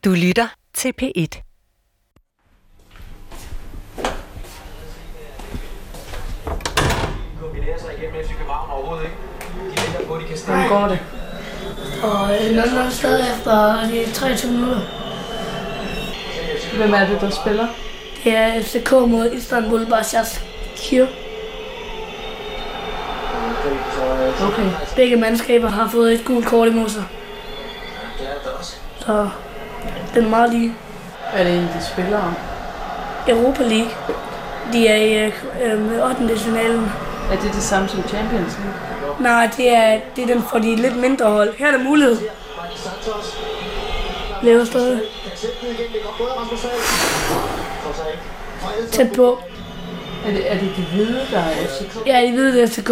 Du lytter til P1. Hvordan går det? Og London stadig efter de 23 minutter. Hvem er det, der spiller? Det er FCK mod Istanbul Başakşehir. Okay. Begge mandskaber har fået et gult kort imod sig. Så den er meget lige. Er det en, de spiller om? Europa League. De er i 8. finalen. Er det det samme som Champions League? Nej, det er den for de lidt mindre hold. Her er der mulighed. Lever stadig. Tæt på. Er det de hvide, der er FCK? Ja, de ved det er FCK.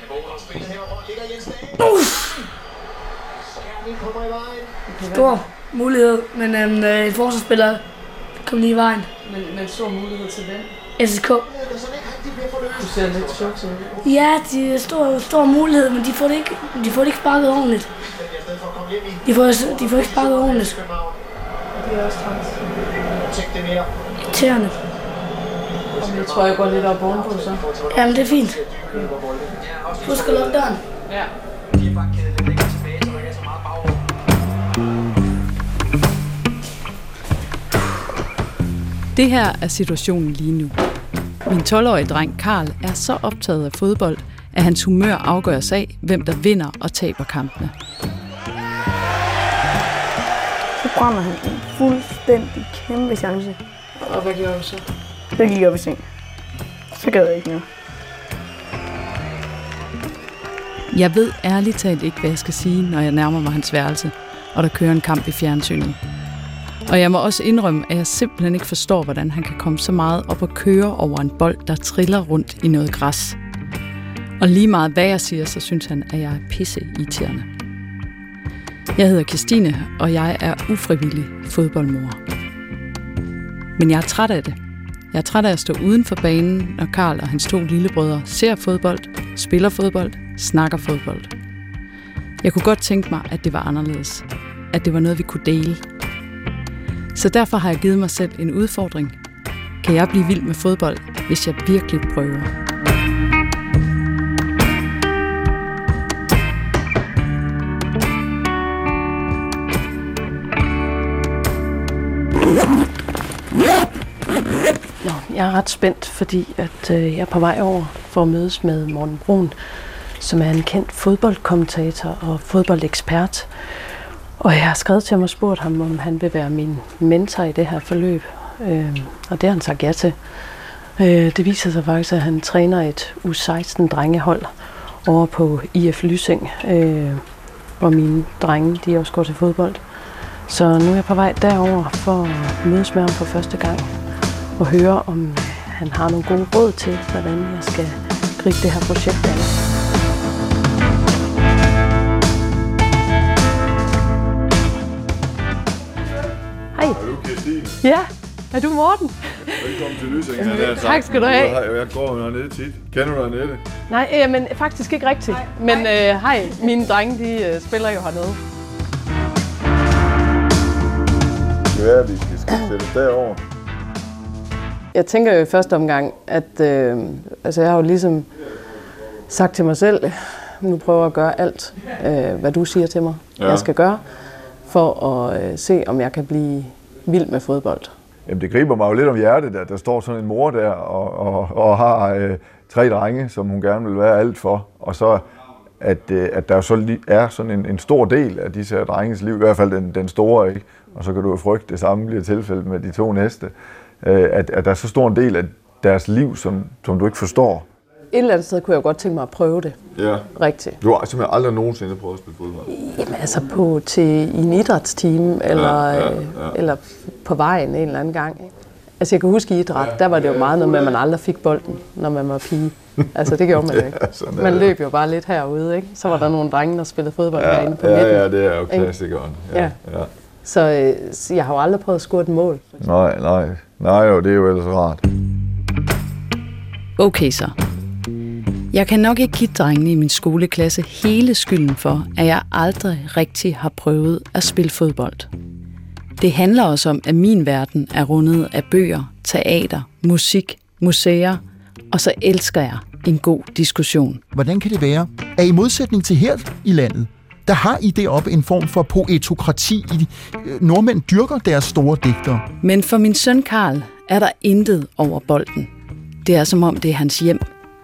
Stor mulighed, men en forsvarsspiller kom lige i vejen. Men stor mulighed til hvem? FCK. Du ser lidt sjovt ud. Ja, det er stor mulighed, men de får det ikke sparket ordentligt. De får ikke sparket ordentligt. Det er også træls. Irriterende. Og jeg tror, jeg går lidt op ovenpå så. Jamen, det er fint. Husk at lukke døren. Ja. Det her er situationen lige nu. Min 12-årige dreng Karl er så optaget af fodbold, at hans humør afgøres af, hvem der vinder og taber kampene. Så brænder han en fuldstændig kæmpe chance. Og hvad gjorde du så? Så gik jeg op i seng. Så gad jeg ikke mere. Jeg ved ærligt talt ikke, hvad jeg skal sige, når jeg nærmer mig hans værelse, og der kører en kamp i fjernsynet. Og jeg må også indrømme, at jeg simpelthen ikke forstår, hvordan han kan komme så meget op og køre over en bold, der triller rundt i noget græs. Og lige meget hvad jeg siger, så synes han, at jeg er pisseirriterende. Jeg hedder Kirstine, og jeg er ufrivillig fodboldmor. Men jeg er træt af det. Jeg er træt af at stå uden for banen, når Karl og hans 2 lillebrødre ser fodbold, spiller fodbold, snakker fodbold. Jeg kunne godt tænke mig, at det var anderledes. At det var noget, vi kunne dele. Så derfor har jeg givet mig selv en udfordring. Kan jeg blive vild med fodbold, hvis jeg virkelig prøver? Jeg er ret spændt, fordi at jeg er på vej over for at mødes med Morten Bruun, som er en kendt fodboldkommentator og fodboldekspert. Og jeg har skrevet til ham og spurgt ham, om han vil være min mentor i det her forløb. Og det har han sagt ja til. Det viser sig faktisk, at han træner et U16-drengehold over på IF Lysing. Og mine drenge, de også går til fodbold. Så nu er jeg på vej derover for at mødes med ham for første gang. Og høre, om han har nogle gode råd til, hvordan jeg skal gribe det her projekt an. Hej. Er du Kirstine? Ja, er du Morten? Velkommen til Lysing. Tak skal du have. Jeg går hernede tit. Kender du hernede? Nej, men faktisk ikke rigtigt. Men hej, mine drenge, de spiller jo hernede. Det er, at vi skal sætte derover. Jeg tænker jo i første omgang, at jeg har jo ligesom sagt til mig selv, nu prøver jeg at gøre alt, hvad du siger til mig, jeg skal gøre, for at se, om jeg kan blive vild med fodbold. Jamen, det griber mig jo lidt om hjertet, at der står sådan en mor der og har 3 drenge, som hun gerne vil være alt for. Og så, at der så er sådan en stor del af disse her drenges liv, i hvert fald den store, ikke? Og så kan du jo frygte, det samme bliver tilfældet med de 2 næste. At der er så stor en del af deres liv, som du ikke forstår. Et eller andet sted kunne jeg godt tænke mig at prøve det. Ja. Rigtigt. Du har simpelthen aldrig nogensinde prøvet at spille fodbold? Jamen altså i en idrætsteam, eller på vejen en eller anden gang. Ikke? Altså jeg kan huske i idræt, der var det jo meget noget med, at man aldrig fik bolden, når man var pige. Altså det gjorde man ikke. Man løb jo bare lidt herude, ikke? Så var der nogle drenge, der spillede fodbold herinde på midten. Ja, det er jo klassikeren. Ja. Så jeg har jo aldrig prøvet at score et mål. Nej, jo, det er jo ellers rart. Okay så. Jeg kan nok ikke give drengene i min skoleklasse hele skylden for, at jeg aldrig rigtig har prøvet at spille fodbold. Det handler også om, at min verden er rundet af bøger, teater, musik, museer, og så elsker jeg en god diskussion. Hvordan kan det være, at i modsætning til her i landet, der har I deroppe en form for poetokrati. Nordmænd dyrker deres store digtere. Men for min søn Karl er der intet over bolden. Det er som om det er hans hjem.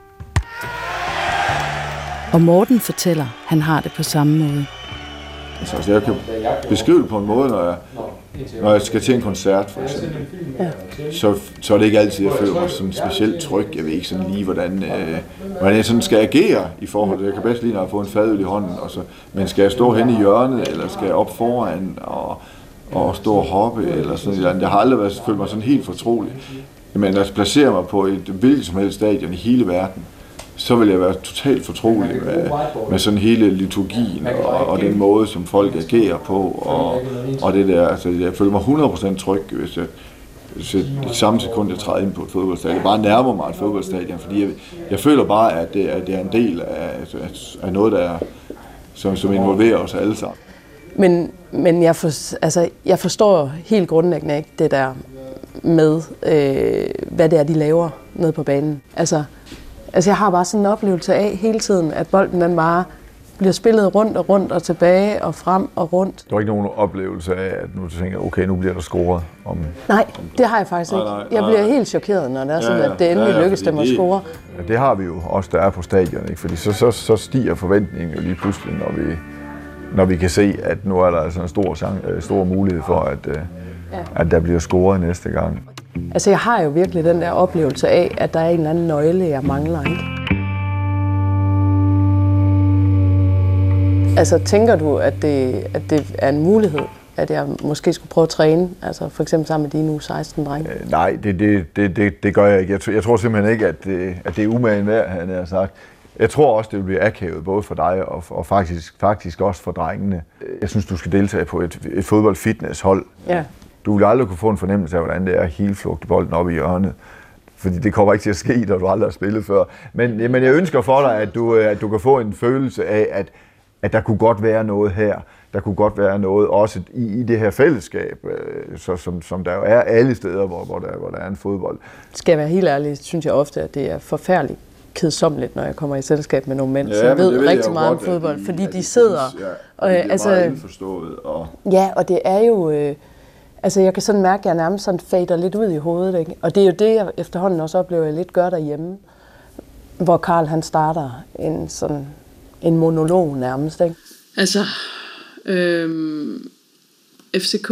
Og Morten fortæller, han har det på samme måde. Altså, jeg kan beskrive det på en måde, når jeg skal til en koncert, for eksempel. Ja. Så er det ikke altid, jeg føler mig sådan specielt tryg. Jeg ved ikke sådan lige, hvordan jeg sådan skal agere i forhold til. Jeg kan bedst lige, når jeg får en fadøl i hånden. Men skal jeg stå hen i hjørnet, eller skal jeg op foran og stå og hoppe, eller sådan noget. Jeg har aldrig følt mig sådan helt fortrolig. Men jeg placerer mig på et hvilket som helst stadion i hele verden, så vil jeg være totalt fortrolig med sådan hele liturgien og den måde, som folk agerer på, og det der. Altså, jeg føler mig 100% tryg, hvis jeg i samme sekund, jeg træder ind på et fodboldstadion. Jeg bare nærmer mig et fodboldstadion, fordi jeg føler bare, at det er en del af noget, der er, som involverer os alle sammen. Men jeg forstår helt grundlæggende ikke det der med, hvad det er, de laver nede på banen. Altså, jeg har bare sådan en oplevelse af hele tiden, at bolden den bare bliver spillet rundt og rundt og tilbage og frem og rundt. Du har ikke nogen oplevelse af, at nu tænker okay, nu bliver der scoret? Nej, det har jeg faktisk ikke. Jeg bliver helt chokeret, når det er sådan, at det endelig lykkes dem at score. Ja, det har vi jo også, der er på stadion, ikke? Fordi så stiger forventningen jo lige pludselig, når vi kan se, at nu er der altså en stor mulighed for, at der bliver scoret næste gang. Altså, jeg har jo virkelig den der oplevelse af, at der er en eller anden nøgle, jeg mangler, ikke? Altså, tænker du, at det er en mulighed, at jeg måske skulle prøve at træne, altså for eksempel sammen med dine U16-drenge? Nej, det gør jeg ikke. Jeg tror simpelthen ikke, at det er umagen værd, han har sagt. Jeg tror også, det vil blive akavet, både for dig og faktisk også for drengene. Jeg synes, du skal deltage på et fodbold-fitness-hold. Ja. Du vil aldrig kunne få en fornemmelse af, hvordan det er at helflugte bolden op i hjørnet. Fordi det kommer ikke til at ske, når du aldrig har spillet før. Men jeg ønsker for dig, at du kan få en følelse af, at der kunne godt være noget her. Der kunne godt være noget også i det her fællesskab, som der jo er alle steder, hvor der er en fodbold. Skal jeg være helt ærlig, synes jeg ofte, at det er forfærdeligt kedsommeligt, når jeg kommer i selskab med nogle mænd, som ved rigtig meget om fodbold, fordi de sidder... Ja, de er meget indforstået. Ja, og det er jo... Altså, jeg kan sådan mærke, at jeg nærmest sådan fader lidt ud i hovedet, ikke? Og det er jo det, jeg efterhånden også oplever, at jeg lidt gør derhjemme, hvor Karl han starter en monolog nærmest, ikke? Altså, FCK.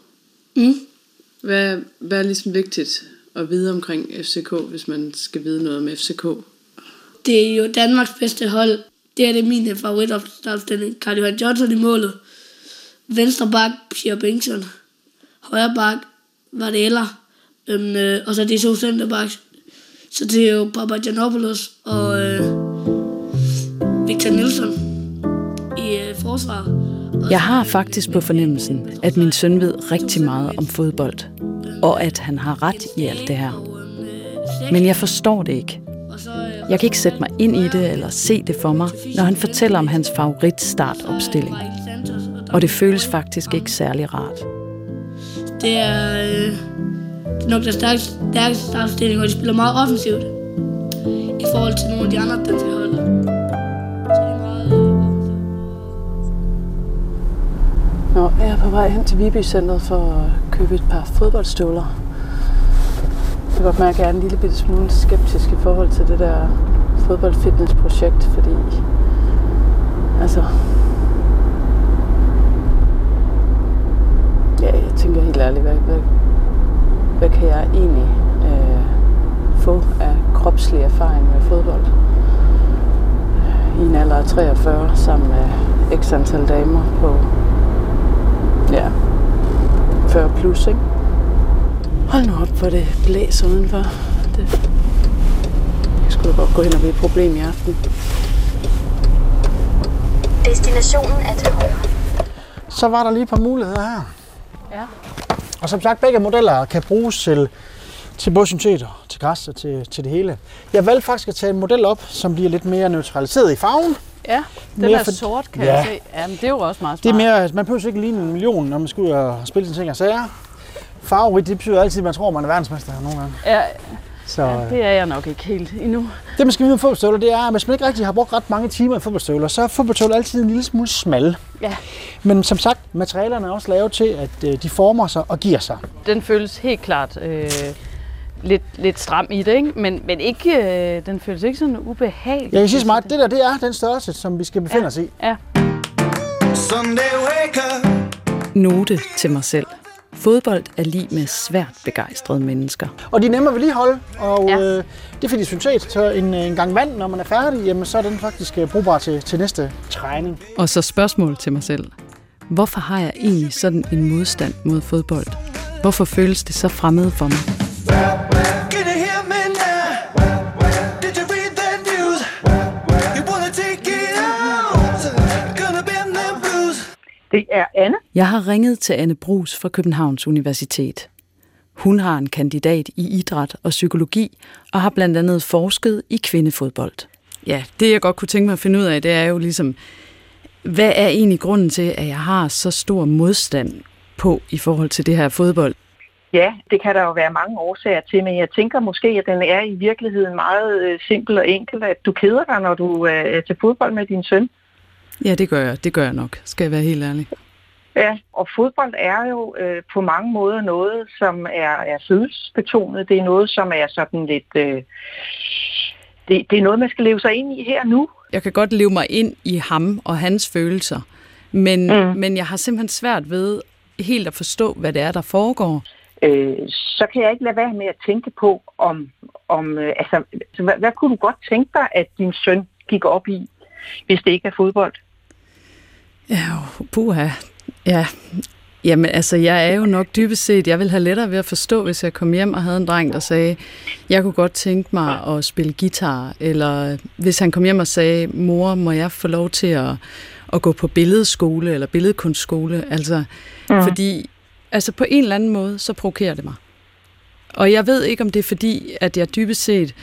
Hvad er ligesom vigtigt at vide omkring FCK, hvis man skal vide noget om FCK? Det er jo Danmarks bedste hold. Det er det min favoritopstilling. Carl Johan Johnson i målet. Venstre bak, Pierre Bengtsson. Højre bak var det Eller. Og så de to centerbacks. Så det er jo Papagiannopoulos og Victor Nilsson i forsvaret. Jeg har faktisk på fornemmelsen, at min søn ved rigtig meget om fodbold, og at han har ret i alt det her. Men jeg forstår det ikke. Jeg kan ikke sætte mig ind i det eller se det for mig, når han fortæller om hans favoritstartopstilling. Og det føles faktisk ikke særlig rart. Det er nok deres stærkeste startopstilling, og de spiller meget offensivt i forhold til nogle af de andre danske hold. Nå, jeg er på vej hen til Viby Centret for at købe et par fodboldstøvler. Jeg kan godt mærke, at jeg er en lille bitte smule skeptisk i forhold til det der fodboldfitnessprojekt, fordi altså... Ja, jeg tænker helt ærligt, hvad kan jeg egentlig få af kropslig erfaring med fodbold? I en alder af 43, sammen med x antal damer på 40 plus, ikke? Hold nu op, hvor det blæser udenfor. Jeg skulle da godt gå hen og blive et problem i aften. Destinationen er til højre. Så var der lige et par muligheder her. Ja. Og som sagt, begge modeller kan bruges til både synteter, til græs og til det hele. Jeg valgte faktisk at tage en model op, som bliver lidt mere neutraliseret i farven. Ja, den Mere er sort, kan jeg se. Jamen, det er jo også meget smart. Det er mere, man behøver ikke ligne 1 million, når man skal ud og spille sine ting og sager. Farverigt, det betyder altid, at man tror, man er verdensmester nogle gange. Ja, så, det er jeg nok ikke helt endnu. Det, man skal vide med fodboldstøvler, det er, at hvis man ikke rigtig har brugt ret mange timer i fodboldstøvler, så er fodboldstøvler altid en lille smule smalle. Ja. Men som sagt, materialerne er også lavet til, at de former sig og giver sig. Den føles helt klart lidt stram i det, ikke? Men ikke, den føles ikke sådan ubehagelig. Jeg kan sige så meget, det er den størrelse, som vi skal befinde os i. Ja. Note til mig selv. Fodbold er lig med svært begejstrede mennesker. Og de er nemme at vedligeholde, og det er fordi syntet. Så en gang vand, når man er færdig, jamen, så er den faktisk brugbar til næste træning. Og så spørgsmål til mig selv. Hvorfor har jeg egentlig sådan en modstand mod fodbold? Hvorfor føles det så fremmed for mig? Det er Anne. Jeg har ringet til Anne Bruus fra Københavns Universitet. Hun har en kandidat i idræt og psykologi og har blandt andet forsket i kvindefodbold. Ja, det jeg godt kunne tænke mig at finde ud af, det er jo ligesom, hvad er egentlig grunden til, at jeg har så stor modstand på i forhold til det her fodbold? Ja, det kan der jo være mange årsager til, men jeg tænker måske, at den er i virkeligheden meget simpel og enkel, at du keder dig, når du er til fodbold med din søn. Ja, det gør jeg nok, skal jeg være helt ærlig. Ja, og fodbold er jo på mange måder noget, som er følelsesbetonet. Det er noget, som er sådan lidt... Det er noget, man skal leve sig ind i her nu. Jeg kan godt leve mig ind i ham og hans følelser, men jeg har simpelthen svært ved helt at forstå, hvad det er, der foregår. Så kan jeg ikke lade være med at tænke på, hvad kunne du godt tænke dig, at din søn gik op i, hvis det ikke er fodbold? Ja, puha. Ja. Jamen, altså, jeg er jo nok dybest set, jeg vil have lettere ved at forstå, hvis jeg kom hjem og havde en dreng, der sagde, jeg kunne godt tænke mig at spille guitar, eller hvis han kom hjem og sagde, mor, må jeg få lov til at gå på billedskole eller billedkunstskole, altså, fordi, altså på en eller anden måde, så provokerer det mig. Og jeg ved ikke, om det er fordi, at jeg dybest set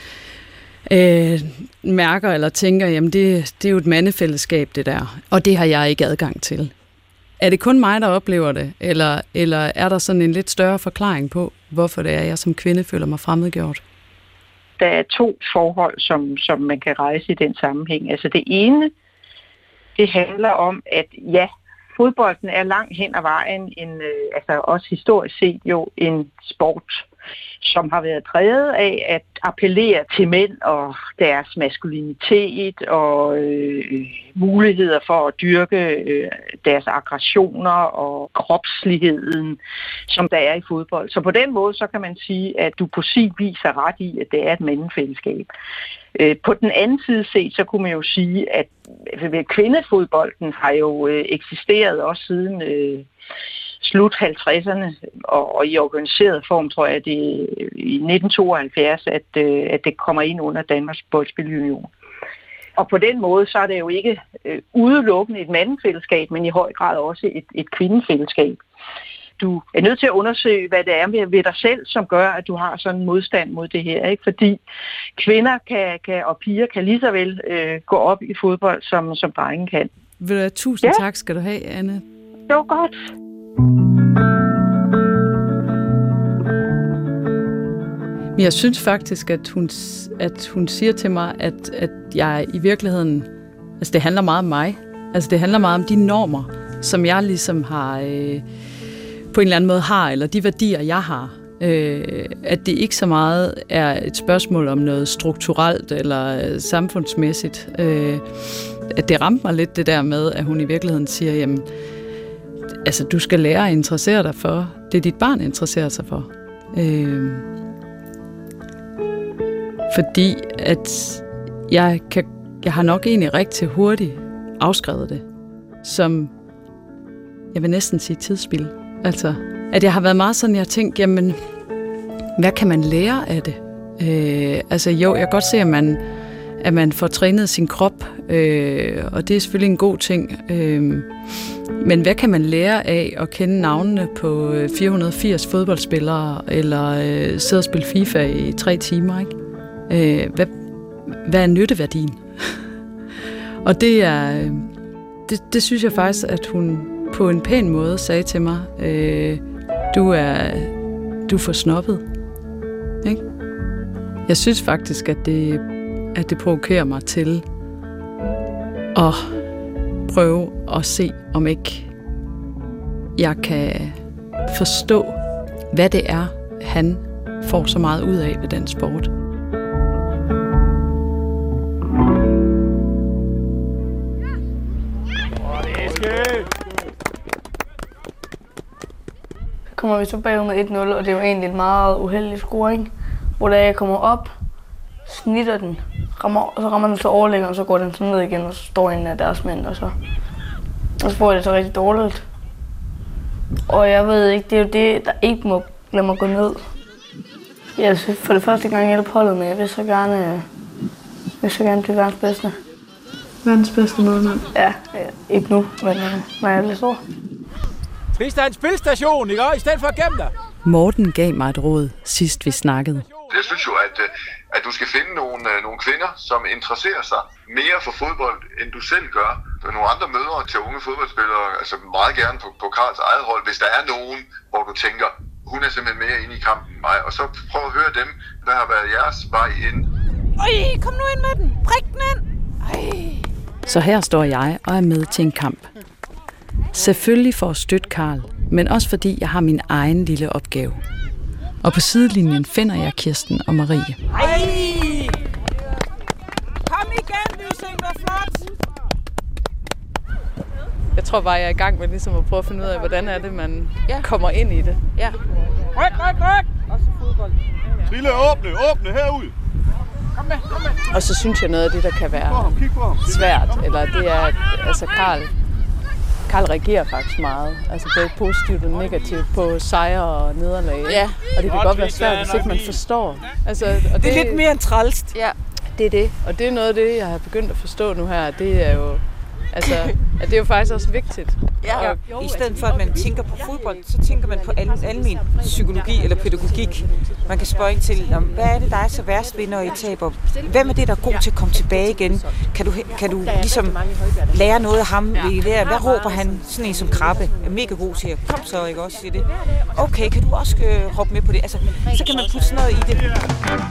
mærker eller tænker, jamen det er jo et mandefællesskab, det der, og det har jeg ikke adgang til. Er det kun mig, der oplever det, eller er der sådan en lidt større forklaring på, hvorfor det er, jeg som kvinde føler mig fremmedgjort? Der er 2 forhold, som man kan rejse i den sammenhæng. Altså det ene, det handler om, at ja, fodbolden er langt hen ad vejen, også historisk set jo en sport, som har været præget af at appellere til mænd og deres maskulinitet og muligheder for at dyrke deres aggressioner og kropsligheden, som der er i fodbold. Så på den måde, så kan man sige, at du på sin vis er ret i, at det er et mandefællesskab. På den anden side set, så kunne man jo sige, at kvindefodbolden har jo eksisteret også siden slut 50'erne, og i organiseret form, tror jeg, det i 1972, at det kommer ind under Danmarks Boldspilunion. Og på den måde, så er det jo ikke udelukkende et mandefællesskab, men i høj grad også et kvindefællesskab. Du er nødt til at undersøge, hvad det er ved dig selv, som gør, at du har sådan en modstand mod det her. Ikke? Fordi kvinder og piger kan lige så vel gå op i fodbold, som drenge kan. Tusind tak skal du have, Anne. Det var godt. Men jeg synes faktisk, at hun siger til mig, at jeg i virkeligheden... Altså, det handler meget om mig. Altså, det handler meget om de normer, som jeg ligesom har... på en eller anden måde har, eller de værdier, jeg har. At det ikke så meget er et spørgsmål om noget strukturelt eller samfundsmæssigt. At det ramte mig lidt det der med, at hun i virkeligheden siger, jamen, altså, du skal lære at interessere dig for det, dit barn interesserer sig for. Fordi at jeg har nok egentlig rigtig hurtigt afskrevet det, som jeg vil næsten sige tidsspil. Altså, at jeg har været meget sådan, jeg har tænkt, jamen, hvad kan man lære af det? Altså jo, jeg kan godt se, at man får trænet sin krop, og det er selvfølgelig en god ting. Men hvad kan man lære af at kende navnene på 480 fodboldspillere, eller sidde og spille FIFA i 3 timer, ikke? Hvad er nytteværdien? Og det er... Det synes jeg faktisk, at hun på en pæn måde sagde til mig, du er for snobbet. Ikke? Jeg synes faktisk, at det provokerer mig til at prøve at se, om ikke jeg kan forstå, hvad det er, han får så meget ud af ved den sport. Kommer vi så bagud med 1-0, og det var egentlig en meget uheldig scoring, hvor da jeg kommer op, snitter den, og så rammer den så overlænger, og så går den så ned igen, og så står en af deres mænd, og så får jeg det så rigtig dårligt. Og jeg ved ikke, det er jo det, der ikke må lade mig gå ned. Jeg for det første gang hjælpe holdet, men jeg vil så gerne blive verdens bedste. Verdens bedste målmand? Ja, ikke nu, men når jeg bliver stor. Hvis der er en spilstation, ikke? I stedet for at gemme dig. Morten gav mig et råd, sidst vi snakkede. Jeg synes jo, at du skal finde nogle kvinder, som interesserer sig mere for fodbold, end du selv gør. Der er nogle andre mødre til unge fodboldspillere, altså meget gerne på Karls eget hold, hvis der er nogen, hvor du tænker, hun er simpelthen mere inde i kampen end mig. Og så prøv at høre dem, der har været jeres vej ind. Øj, kom nu ind med den. Prik den ind. Øj. Så her står jeg og er med til en kamp. Selvfølgelig for at støtte Karl, men også fordi jeg har min egen lille opgave. Og på sidelinjen finder jeg Kirsten og Marie. Ej! Kom igen, Lysing, hvor flot! Jeg tror bare, jeg er i gang med ligesom at prøve at finde ud af, hvordan er det, man kommer ind i det. Ja. Ryk! Og så fodbold. Trille, åbne herud! Kom med! Og så synes jeg noget af det, der kan være svært, eller det er, at altså Karl reagerer faktisk meget, altså både positivt og negativt på sejre og nederlag. Ja. Og det kan godt være svært, hvis ikke man forstår. Altså, og det er lidt mere end trælst. Ja, det er det. Og det er noget af det, jeg har begyndt at forstå nu her. Det er jo, altså, at det er jo faktisk også vigtigt. Ja. I stedet for, at man tænker på fodbold, så tænker man på almen psykologi eller pædagogik. Man kan spørge ind til, hvad er det, der er så værst ved, når I taber? Hvem er det, der er god til at komme tilbage igen? Kan du ligesom lære noget af ham? Hvad råber han? Sådan en som Krabbe er mega god til at kom så, ikke også? Siger det. Okay, kan du også hoppe med på det? Altså, så kan man putte sådan noget i det.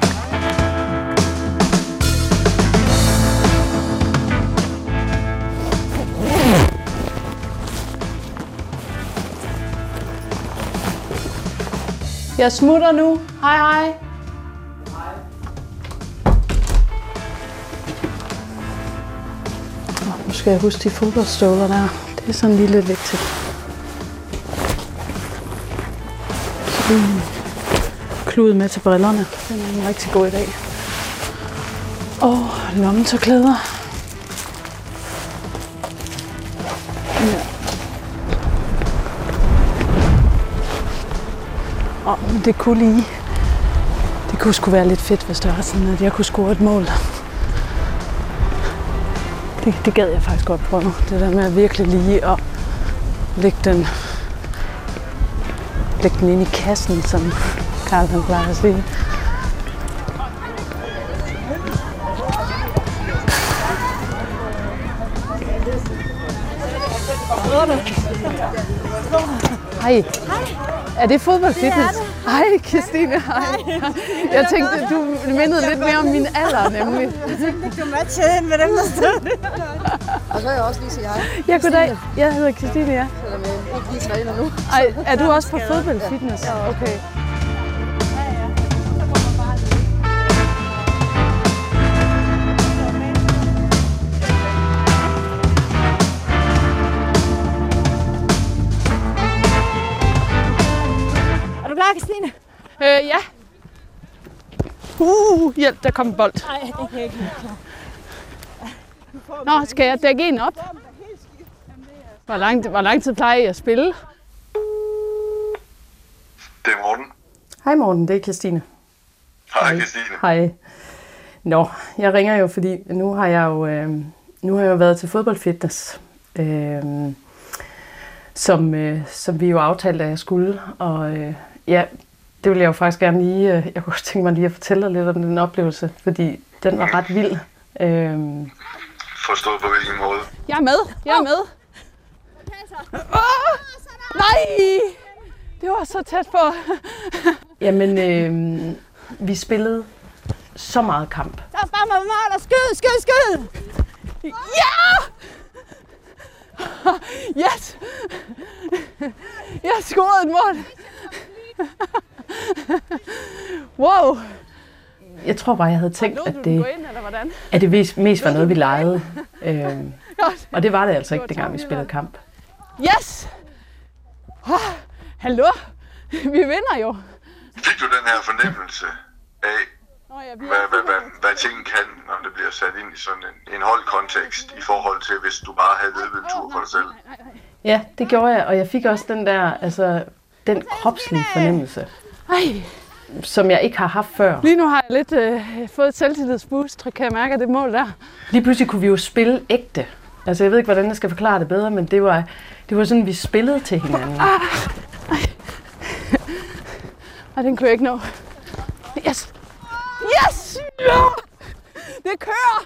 Jeg smutter nu. Hej. Nu skal jeg huske de fodboldstøvler der. Det er sådan lige lidt vigtigt. Så lige en klud med til brillerne. Den er en rigtig god idé. Lommetørklæder. Ja. Det kunne sgu være lidt fedt, hvis det var sådan, at jeg kunne score et mål. Det gad jeg faktisk godt prøve. Det der med at virkelig lige at lægge den ind i kassen, som Karl han plejer at sige. Hej. Er det fodboldfitness? Det er det. Hej, Kirstine. Hej. Jeg tænkte, du mindede lidt mere om min alder, nemlig. Jeg tænkte ikke, du matchede ind med dem, der stod. Og så er jeg også lige sige hej. Ja, goddag. Jeg hedder Kirstine, ja. Selvom jeg ikke lige træner nu. Ej, er du også på fodboldfitness? Ja. Okay. Kirstine? Ja. Hjælp, der kom en bold. Nej, det kan jeg ikke. Nå, skal jeg dække en op? Hvor lang tid plejer I at spille? Det er Morten. Hej Morten, det er Kirstine. Hej Kirstine. Hej. Nå, jeg ringer jo, fordi nu har jeg jo været til fodboldfitness, som vi jo aftalte, at jeg skulle. Og ja, det vil jeg jo faktisk gerne lige, jeg kunne tænke mig lige at fortælle dig lidt om den oplevelse, fordi den var ret vild. Forstået på hvilken måde? Jeg er med. Nej! Det var så tæt på. Jamen, vi spillede så meget kamp. Der er bare med mål og skyd! Ja! Yes! Jeg scorede et mål. Wow! Jeg tror bare, jeg havde tænkt, at det mest var noget, vi legede. Og det var det altså ikke, dengang vi spillede kamp. Yes! Hallo? Vi vinder jo. Fik du den her fornemmelse af, hvad ting kan, når det bliver sat ind i sådan en holdkontekst, i forhold til, hvis du bare havde levet en tur for dig selv? Ja, det gjorde jeg, og jeg fik også den kropslige fornemmelse, som jeg ikke har haft før. Lige nu har jeg lidt fået et selvtillidsboost, kan jeg mærke, det mål der. Lige pludselig kunne vi jo spille ægte. Altså, jeg ved ikke, hvordan jeg skal forklare det bedre, men det var sådan, vi spillede til hinanden. Og den kunne jeg ikke nå. Yes! Yes! Ja! Det kører!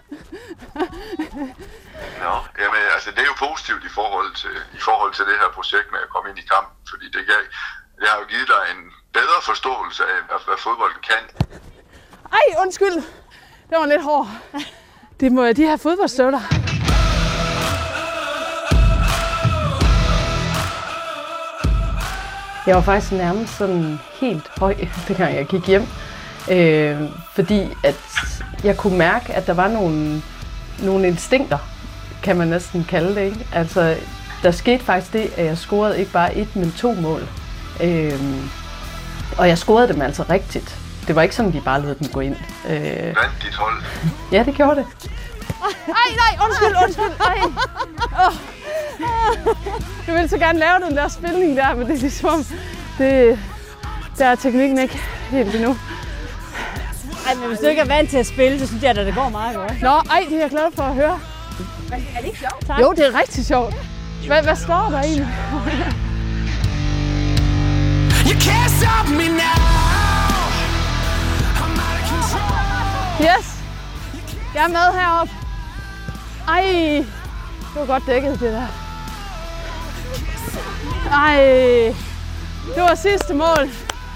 Nå, jamen, altså det er jo positivt i forhold til det her projekt med at komme ind i kampen, fordi det har jo givet dig en bedre forståelse af, hvad fodbolden kan. Ej, undskyld! Det var lidt hård. Det må de her fodboldstøvler. Jeg var faktisk nærmest sådan helt høj, dengang jeg gik hjem. Fordi at jeg kunne mærke, at der var nogle instinkter, kan man næsten kalde det, ikke? Altså, der skete faktisk det, at jeg scorede ikke bare 1, men 2 mål. Og jeg scorede dem altså rigtigt. Det var ikke sådan, at de bare lod dem gå ind. Vandt dit hold? Ja, det gjorde det. Nej, undskyld. Jeg ville så gerne lave den der spilning der, men det er ligesom, der er teknikken ikke helt endnu. Ej, men hvis du ikke er vant til at spille, så synes jeg, at det går meget godt. Nå, det er jeg glad for at høre. Er det ikke sjovt? Tak. Jo, det er rigtig sjovt. Hvad står der egentlig? You can't stop me now. Yes! Jeg er med heroppe. Ej, det var godt dækket, det der. Ej, det var sidste mål.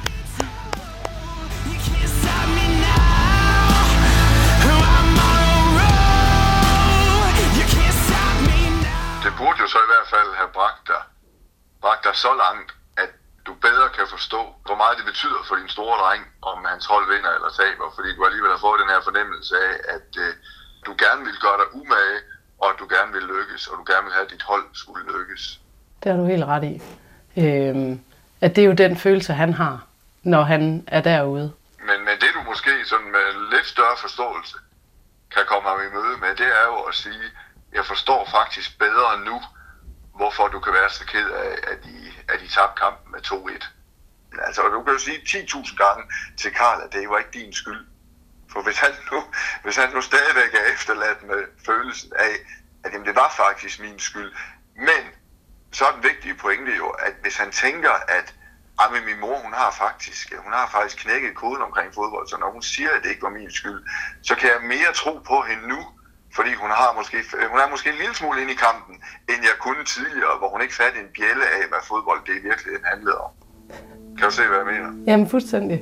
Det burde jo så i hvert fald have bragt dig så langt, at du bedre kan forstå, hvor meget det betyder for din store dreng, om hans hold vinder eller taber, fordi du alligevel har fået den her fornemmelse af, at du gerne vil gøre dig umage, og at du gerne vil lykkes, og du gerne vil have, at dit hold skulle lykkes. Det har du helt ret i. At det er jo den følelse, han har, når han er derude. Men det du måske sådan med lidt større forståelse kan komme ham i møde med, det er jo at sige, jeg forstår faktisk bedre nu, hvorfor du kan være så ked af, at de tabte kampen med 2-1. Altså, du kan jo sige 10.000 gange til Karl, at det var ikke din skyld. For hvis han nu stadigvæk er efterladt med følelsen af, at jamen, det var faktisk min skyld. Men så er den vigtige pointe jo, at hvis han tænker, at men min mor, hun har faktisk knækket koden omkring fodbold, så når hun siger, at det ikke var min skyld, så kan jeg mere tro på hende nu, fordi hun er måske en lille smule inde i kampen, end jeg kunne tidligere, hvor hun ikke fattede en bjælle af, hvad fodbold det i virkeligheden handlede om. Kan du se, hvad jeg mener? Jamen, fuldstændig.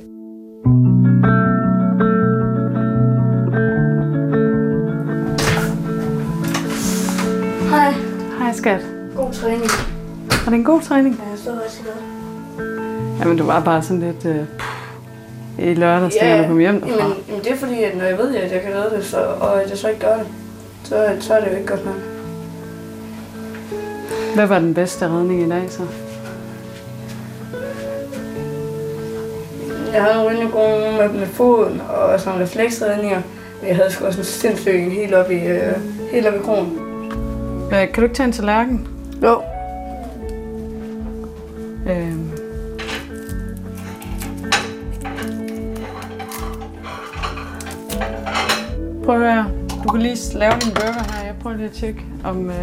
Hej. Hej, skat. God træning. Var det en god træning? Ja, jeg stod rigtig godt. Jamen, du var bare sådan lidt i lørdags, da du kom hjem derfra. Jamen, det er fordi, at når jeg ved, at jeg kan redde det, og at jeg så ikke gør det, så er det jo ikke godt nok. Hvad var den bedste redning i dag, så? Jeg havde en rimelig god med foden og sådan refleksredninger. Jeg havde sgu også en sindssyg helt op i krogen. Kan du ikke tage en tallerken? Jo. Prøv at høre. Du kan lige lave din burger her. Jeg prøver lige at tjekke, om den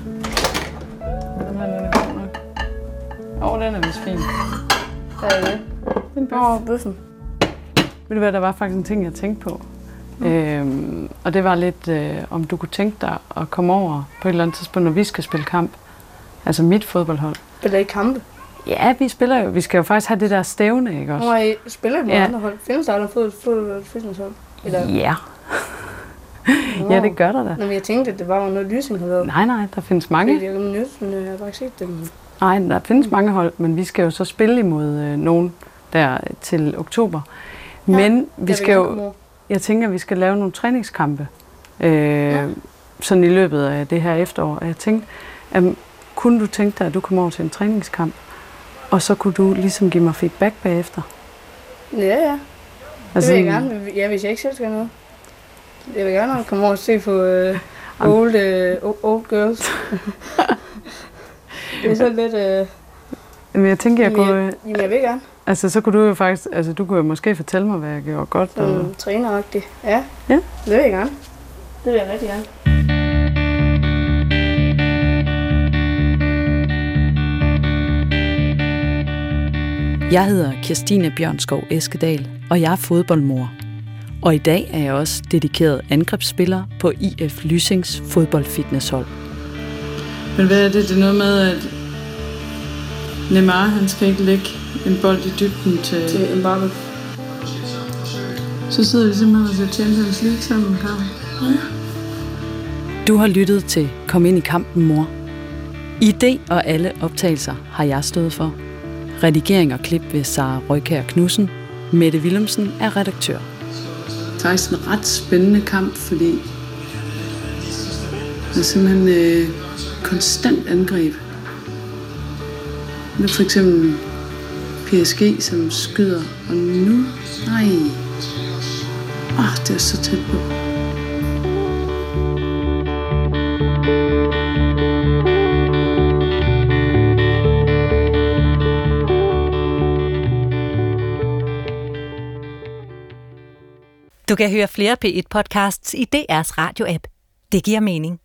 er god nok. Den er vist fin. Hvad er det? En bøf. Bøffen. Ved du hvad, der var faktisk en ting, jeg tænkte på. Og det var lidt, om du kunne tænke dig at komme over på et eller andet tidspunkt, når vi skal spille kamp. Altså mit fodboldhold. Spiller I kampe? Ja, vi spiller jo. Vi skal jo faktisk have det der stævne, ikke også? Hvor I spiller med andre hold? Findes der andre fodboldfitnesshold? Ja. Ja, det gør der da. Men jeg tænkte, at det var noget Lysing havde været. Nej, der findes mange. Jeg har bare ikke set dem. Nej, der findes mange hold, men vi skal jo så spille imod nogen der til oktober. Men vi skal jo... Jeg tænker, at vi skal lave nogle træningskampe. Sådan i løbet af det her efterår. Og jeg tænkte, kunne du tænke dig, at du kom over til en træningskamp, og så kunne du ligesom give mig feedback bagefter? Ja. Altså, det vil jeg gerne. Ja, hvis jeg ikke selv skal noget. Jeg vil gerne komme over og se på old girls. Det er sådan lidt... Men jeg tænker, jeg kunne... Jamen, jeg vil gerne. Altså, så kunne du jo faktisk... Altså, du kunne jo måske fortælle mig, hvad jeg gjorde godt. Træneragtigt. Ja. Det vil jeg gerne. Det vil jeg rigtig gerne. Jeg hedder Kirstine Bjørnskov Eskedal, og jeg er fodboldmor. Og i dag er jeg også dedikeret angrebsspiller på IF Lysings fodboldfitnesshold. Men hvad er det? Det er noget med, at Neymar, han skal ikke lægge en bold i dybden til Mbappé. Så sidder vi simpelthen og ser Champions League sammen, Karl. Ja. Du har lyttet til Kom ind i kampen, mor. Idé og alle optagelser har jeg stået for. Redigering og klip ved Sara Røykjær Knudsen. Mette Willemsen er redaktør. Det er faktisk en ret spændende kamp, fordi det er simpelthen konstant angreb. Nu for eksempel PSG, som skyder, og nu... Nej. Det er så tæt på. Du kan høre flere P1-podcasts i DR's radio-app. Det giver mening.